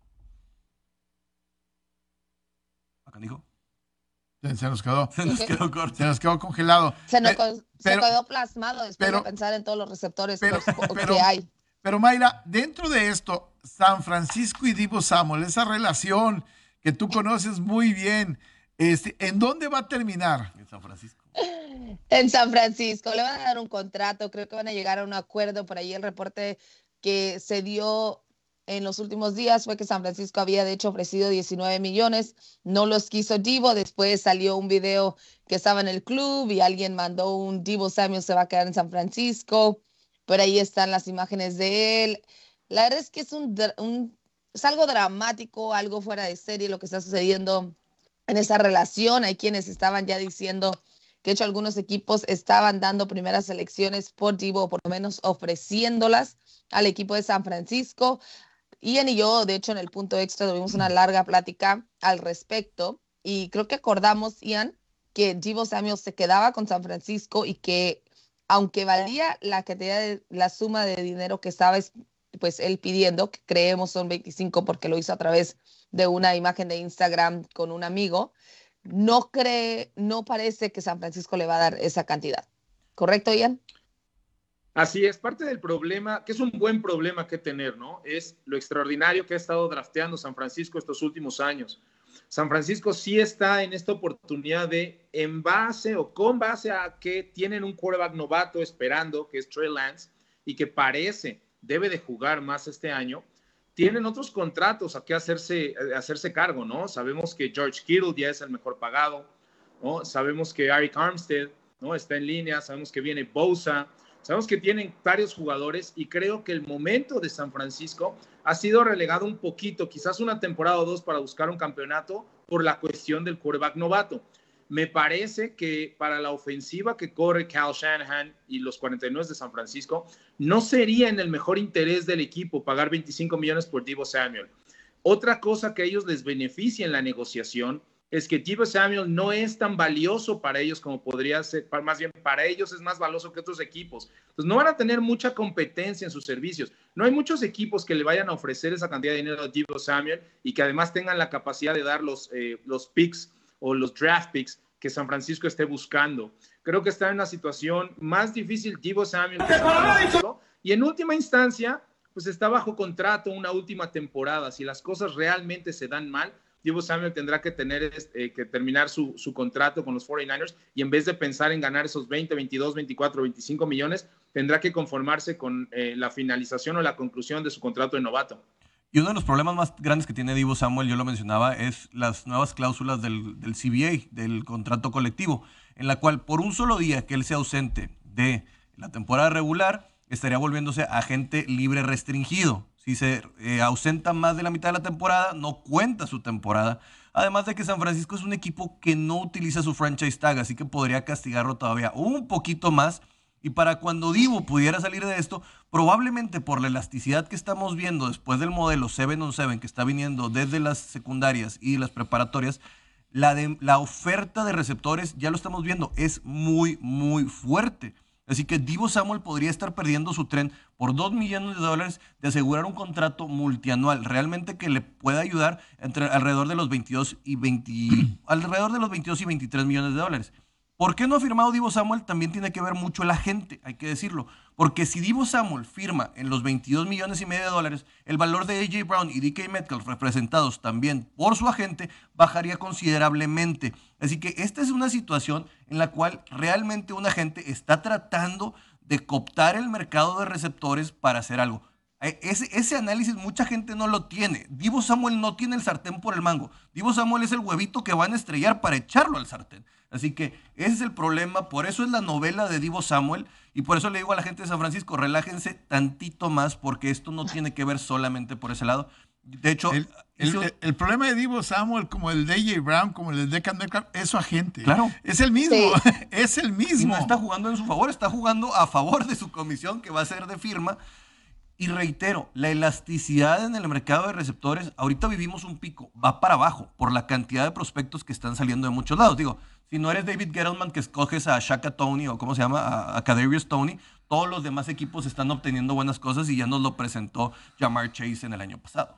¿Acá dijo? Se nos quedó. Se nos quedó corto. Se nos quedó congelado. Se nos pero, se quedó plasmado después pero, de pensar en todos los receptores pero, los, pero, que hay. Pero Mayra, dentro de esto, San Francisco y Deebo Samuel, esa relación que tú conoces muy bien, Este, ¿en dónde va a terminar? En San Francisco. En San Francisco. Le van a dar un contrato, creo que van a llegar a un acuerdo. Por ahí el reporte que se dio en los últimos días fue que San Francisco había de hecho ofrecido diecinueve millones. No los quiso Deebo. Después salió un video que estaba en el club y alguien mandó un Deebo Samuel se va a quedar en San Francisco. Por ahí están las imágenes de él. La verdad es que es, un, un, es algo dramático, algo fuera de serie lo que está sucediendo en esa relación. Hay quienes estaban ya diciendo que de hecho algunos equipos estaban dando primeras selecciones por Deebo, o por lo menos ofreciéndolas al equipo de San Francisco. Ian y yo, de hecho, en el punto extra tuvimos una larga plática al respecto y creo que acordamos, Ian, que Deebo Samuel se quedaba con San Francisco y que aunque valía la cantidad de la suma de dinero que estaba pues él pidiendo, que creemos son veinticinco porque lo hizo a través de una imagen de Instagram con un amigo, no cree, no parece que San Francisco le va a dar esa cantidad. ¿Correcto, Ian? Así es, parte del problema, que es un buen problema que tener, ¿no? Es lo extraordinario que ha estado drafteando San Francisco estos últimos años. San Francisco sí está en esta oportunidad de, en base o con base a que tienen un quarterback novato esperando, que es Trey Lance, y que parece debe de jugar más este año, tienen otros contratos a que hacerse, hacerse cargo, ¿no? Sabemos que George Kittle ya es el mejor pagado, ¿no? Sabemos que Arik Armstead, ¿no? Está en línea, sabemos que viene Bosa, Sabemos que tienen varios jugadores y creo que el momento de San Francisco ha sido relegado un poquito, quizás una temporada o dos para buscar un campeonato por la cuestión del quarterback novato. Me parece que para la ofensiva que corre Kyle Shanahan y los cuarenta y nueve de San Francisco, no sería en el mejor interés del equipo pagar veinticinco millones por Deebo Samuel. Otra cosa que a ellos les beneficia en la negociación es que Deebo Samuel no es tan valioso para ellos como podría ser, más bien para ellos es más valioso que otros equipos. Entonces no van a tener mucha competencia en sus servicios. No hay muchos equipos que le vayan a ofrecer esa cantidad de dinero a Deebo Samuel y que además tengan la capacidad de dar los, eh, los picks o los draft picks que San Francisco esté buscando. Creo que está en una situación más difícil Deebo Samuel que San Francisco, y en última instancia, pues está bajo contrato una última temporada. Si las cosas realmente se dan mal, Deebo Samuel tendrá que tener eh, que terminar su, su contrato con los cuarenta y nueve ers y en vez de pensar en ganar esos veinte, veintidós, veinticuatro, veinticinco millones, tendrá que conformarse con eh, la finalización o la conclusión de su contrato de novato. Y uno de los problemas más grandes que tiene Deebo Samuel, yo lo mencionaba, es las nuevas cláusulas del, del C B A, del contrato colectivo, en la cual por un solo día que él sea ausente de la temporada regular, estaría volviéndose agente libre restringido. Si se eh, ausenta más de la mitad de la temporada, no cuenta su temporada. Además de que San Francisco es un equipo que no utiliza su franchise tag, así que podría castigarlo todavía un poquito más. Y para cuando Deebo pudiera salir de esto, probablemente por la elasticidad que estamos viendo después del modelo siete on siete que está viniendo desde las secundarias y las preparatorias, la, de, la oferta de receptores, ya lo estamos viendo, es muy, muy fuerte. Así que Deebo Samuel podría estar perdiendo su tren por dos millones de dólares de asegurar un contrato multianual, realmente que le pueda ayudar entre alrededor de los veintidós y veinte, alrededor de los veintidós y veintitrés millones de dólares. ¿Por qué no ha firmado Deebo Samuel? También tiene que ver mucho el agente, hay que decirlo. Porque si Deebo Samuel firma en los veintidós millones y medio de dólares, el valor de A J Brown y D K Metcalf representados también por su agente bajaría considerablemente. Así que esta es una situación en la cual realmente un agente está tratando de cooptar el mercado de receptores para hacer algo. Ese, ese análisis mucha gente no lo tiene. Deebo Samuel no tiene el sartén por el mango. Deebo Samuel es el huevito que van a estrellar para echarlo al sartén. Así que ese es el problema, por eso es la novela de Deebo Samuel y por eso le digo a la gente de San Francisco, relájense tantito más porque esto no tiene que ver solamente por ese lado. De hecho, el, el, el, el problema de Deebo Samuel, como el de A J Brown, como el de Declan Metcalf, es su agente. Claro. Es el mismo, sí. es el mismo. Y no está jugando en su favor, está jugando a favor de su comisión que va a ser de firma. Y reitero, la elasticidad en el mercado de receptores, ahorita vivimos un pico, va para abajo por la cantidad de prospectos que están saliendo de muchos lados. Digo, si no eres David Gettleman que escoges a Shaka Toney o cómo se llama, a, a Kadarius Toney, todos los demás equipos están obteniendo buenas cosas y ya nos lo presentó Ja'Marr Chase en el año pasado.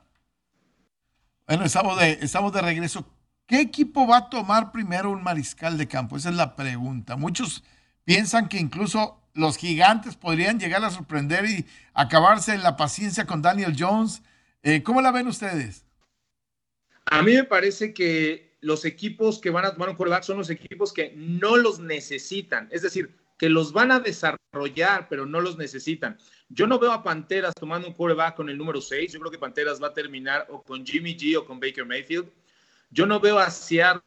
Bueno, estamos de, estamos de regreso. ¿Qué equipo va a tomar primero un mariscal de campo? Esa es la pregunta. Muchos piensan que incluso los gigantes podrían llegar a sorprender y acabarse en la paciencia con Daniel Jones. Eh, ¿Cómo la ven ustedes? A mí me parece que los equipos que van a tomar un quarterback son los equipos que no los necesitan. Es decir, que los van a desarrollar, pero no los necesitan. Yo no veo a Panteras tomando un quarterback con el número seis. Yo creo que Panteras va a terminar o con Jimmy G o con Baker Mayfield. Yo no veo a Seattle.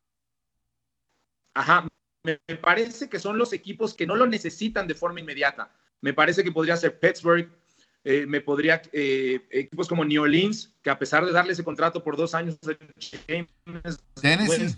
Ajá. Me parece que son los equipos que no lo necesitan de forma inmediata. Me parece que podría ser Pittsburgh, eh, me podría eh, equipos como New Orleans, que a pesar de darle ese contrato por dos años de James, Tennessee,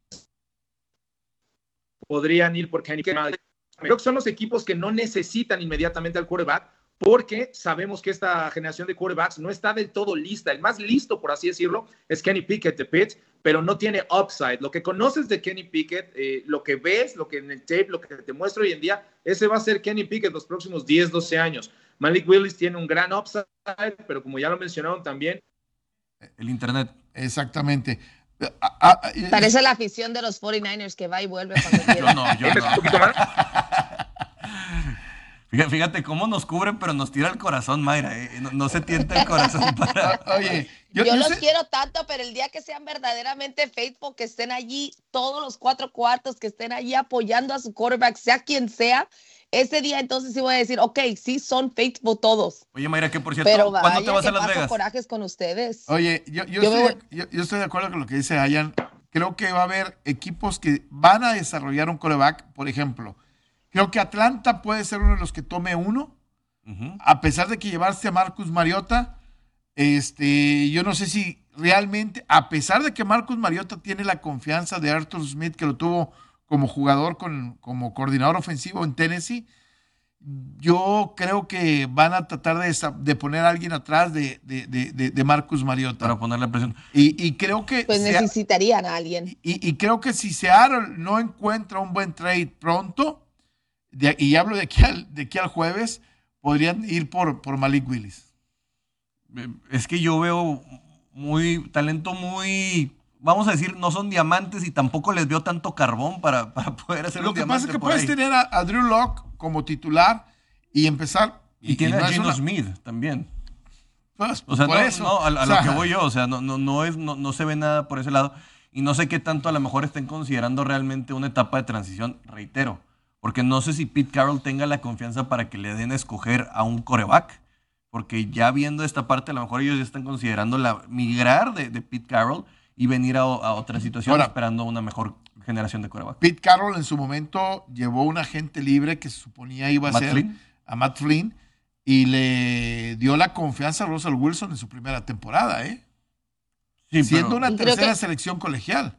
podrían ir por Kenny. Creo que son los equipos que no necesitan inmediatamente al quarterback, porque sabemos que esta generación de quarterbacks no está del todo lista. El más listo, por así decirlo, es Kenny Pickett de Pitt, pero no tiene upside. Lo que conoces de Kenny Pickett, eh, lo que ves, lo que en el tape, lo que te muestro hoy en día, ese va a ser Kenny Pickett los próximos diez, doce años. Malik Willis tiene un gran upside, pero como ya lo mencionaron también. El internet. Exactamente. Parece la afición de los cuarenta y nueve ers que va y vuelve cuando quiere. Yo no, yo no. Fíjate cómo nos cubren, pero nos tira el corazón, Mayra. ¿eh? No, no se tienta el corazón para... Oye, yo, yo, yo los sé... quiero tanto, pero el día que sean verdaderamente faithful, que estén allí todos los cuatro cuartos, que estén allí apoyando a su quarterback, sea quien sea, ese día entonces sí voy a decir, ok, sí son faithful todos. Oye, Mayra, que por cierto, pero ¿cuándo vaya, te vas a Las paso Vegas? Corajes con ustedes. Oye, yo, yo, yo, estoy, me... yo, yo estoy de acuerdo con lo que dice Ayan. Creo que va a haber equipos que van a desarrollar un quarterback, por ejemplo, Creo que Atlanta puede ser uno de los que tome uno, uh-huh. a pesar de que llevarse a Marcus Mariota, este, yo no sé si realmente, a pesar de que Marcus Mariota tiene la confianza de Arthur Smith, que lo tuvo como jugador, con, como coordinador ofensivo en Tennessee, yo creo que van a tratar de, de poner a alguien atrás de, de, de, de Marcus Mariota. Para ponerle presión. Y, y creo que... Pues sea, necesitarían a alguien. Y, y creo que si Seattle no encuentra un buen trade pronto, de, y hablo de aquí al, de aquí al jueves, podrían ir por, por Malik Willis. Es que yo veo muy talento muy... Vamos a decir, no son diamantes y tampoco les veo tanto carbón para, para poder hacer Lo un que diamante. pasa es que por puedes ahí. tener a, a Drew Lock como titular y empezar. Y, y tiene y no a Geno una... Smith también. Pues, o sea, por no, eso. no, a, a o sea, lo que voy yo, o sea, no, no, no, es, no, no se ve nada por ese lado. Y no sé qué tanto a lo mejor estén considerando realmente una etapa de transición, reitero. Porque no sé si Pete Carroll tenga la confianza para que le den a escoger a un quarterback. Porque ya viendo esta parte, a lo mejor ellos ya están considerando la migrar de, de Pete Carroll y venir a, a otra situación. Ahora, esperando una mejor generación de quarterback. Pete Carroll en su momento llevó un agente libre que se suponía iba a Matt ser Flynn. a Matt Flynn y le dio la confianza a Russell Wilson en su primera temporada, ¿eh? Sí, siendo pero, una tercera que, selección colegial.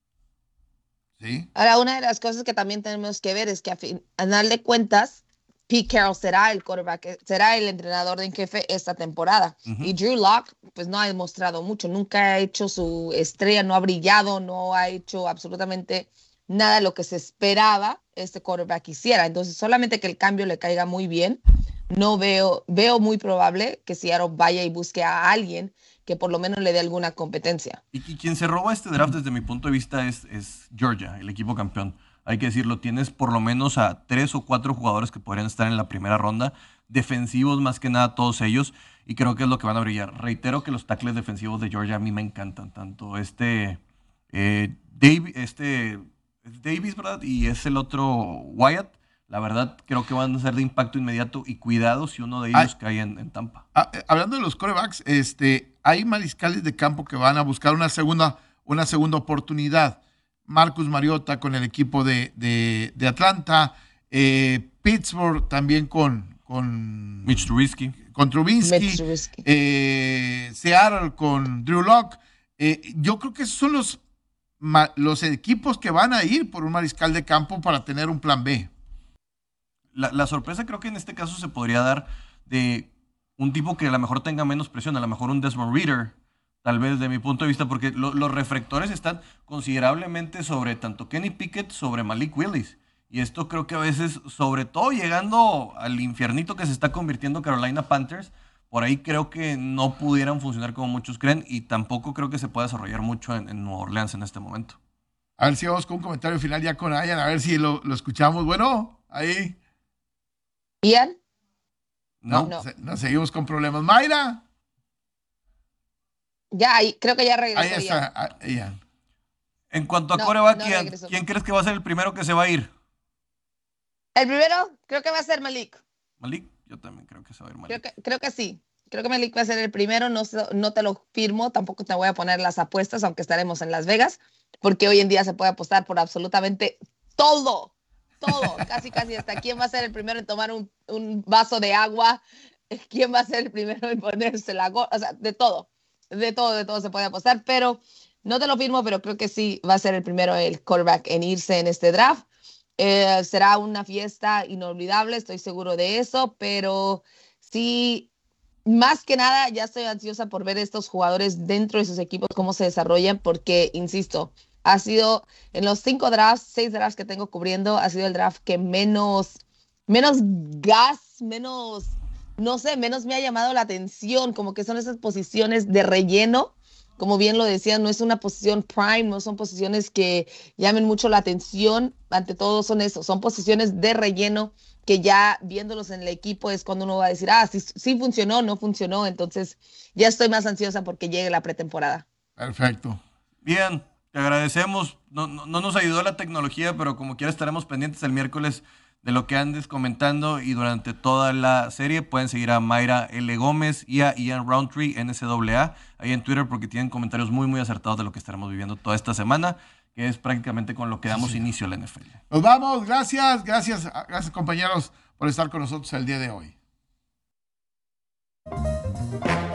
¿Sí? Ahora, una de las cosas que también tenemos que ver es que a final de cuentas, Pete Carroll será el quarterback, será el entrenador en jefe esta temporada. Uh-huh. Y Drew Lock, pues no ha demostrado mucho, nunca ha hecho su estrella, no ha brillado, no ha hecho absolutamente nada de lo que se esperaba este quarterback hiciera. Entonces, solamente que el cambio le caiga muy bien, no veo, veo muy probable que Seattle vaya y busque a alguien que por lo menos le dé alguna competencia. Y, y quien se roba este draft desde mi punto de vista es, es Georgia, el equipo campeón. Hay que decirlo, tienes por lo menos a tres o cuatro jugadores que podrían estar en la primera ronda, defensivos más que nada todos ellos, y creo que es lo que van a brillar. Reitero que los tackles defensivos de Georgia a mí me encantan, tanto este, eh, Dave, este Davis, ¿verdad? Y es el otro Wyatt. La verdad, creo que van a ser de impacto inmediato y cuidado si uno de ellos Ay, cae en, en Tampa. Ah, hablando de los quarterbacks, este, hay mariscales de campo que van a buscar una segunda, una segunda oportunidad. Marcus Mariota con el equipo de, de, de Atlanta, eh, Pittsburgh también con, con Mitch Trubisky, con Trubisky, eh, Seattle con Drew Lock. Eh, yo creo que esos son los, los equipos que van a ir por un mariscal de campo para tener un plan B. La, la sorpresa creo que en este caso se podría dar de un tipo que a lo mejor tenga menos presión, a lo mejor un Desmond Ridder. Tal vez de mi punto de vista, porque lo, los reflectores están considerablemente sobre tanto Kenny Pickett, sobre Malik Willis. Y esto creo que a veces, sobre todo llegando al infiernito que se está convirtiendo Carolina Panthers, por ahí creo que no pudieran funcionar como muchos creen y tampoco creo que se pueda desarrollar mucho en, en Nueva Orleans en este momento. A ver si vamos con un comentario final ya con Ian, a ver si lo, lo escuchamos. Bueno, ahí. ¿Ian? No, no. Se, no seguimos con problemas. Mayra. Ya, creo que ya regresó. Ahí está, Ian. En cuanto a no, quarterback, no ¿quién, ¿quién crees que va a ser el primero que se va a ir? El primero creo que va a ser Malik. Malik, yo también creo que se va a ir Malik. Creo que, creo que sí. Creo que Malik va a ser el primero, no, no te lo firmo, tampoco te voy a poner las apuestas, aunque estaremos en Las Vegas, porque hoy en día se puede apostar por absolutamente todo, todo, casi casi hasta quién va a ser el primero en tomar un, un vaso de agua, quién va a ser el primero en ponerse la gorra, o sea, de todo. De todo, de todo se puede apostar, pero no te lo firmo, pero creo que sí va a ser el primero el quarterback en irse en este draft. Eh, será una fiesta inolvidable, estoy seguro de eso, pero sí, más que nada ya estoy ansiosa por ver estos jugadores dentro de sus equipos, cómo se desarrollan, porque, insisto, ha sido en los cinco drafts, seis drafts que tengo cubriendo, ha sido el draft que menos, menos gas, menos... no sé, menos me ha llamado la atención, como que son esas posiciones de relleno, como bien lo decía, no es una posición prime, no son posiciones que llamen mucho la atención, ante todo son eso, son posiciones de relleno que ya viéndolos en el equipo es cuando uno va a decir, ah, sí, sí funcionó, no funcionó, entonces ya estoy más ansiosa porque llegue la pretemporada. Perfecto. Bien, te agradecemos, no, no, no nos ayudó la tecnología, pero como quiera estaremos pendientes el miércoles de lo que andes comentando y durante toda la serie pueden seguir a Mayra L. Gómez y a Ian Roundtree N C A A ahí en Twitter porque tienen comentarios muy muy acertados de lo que estaremos viviendo toda esta semana. que es prácticamente con lo que damos Sí. inicio a la N F L. Nos vamos, gracias, gracias, gracias compañeros por estar con nosotros el día de hoy.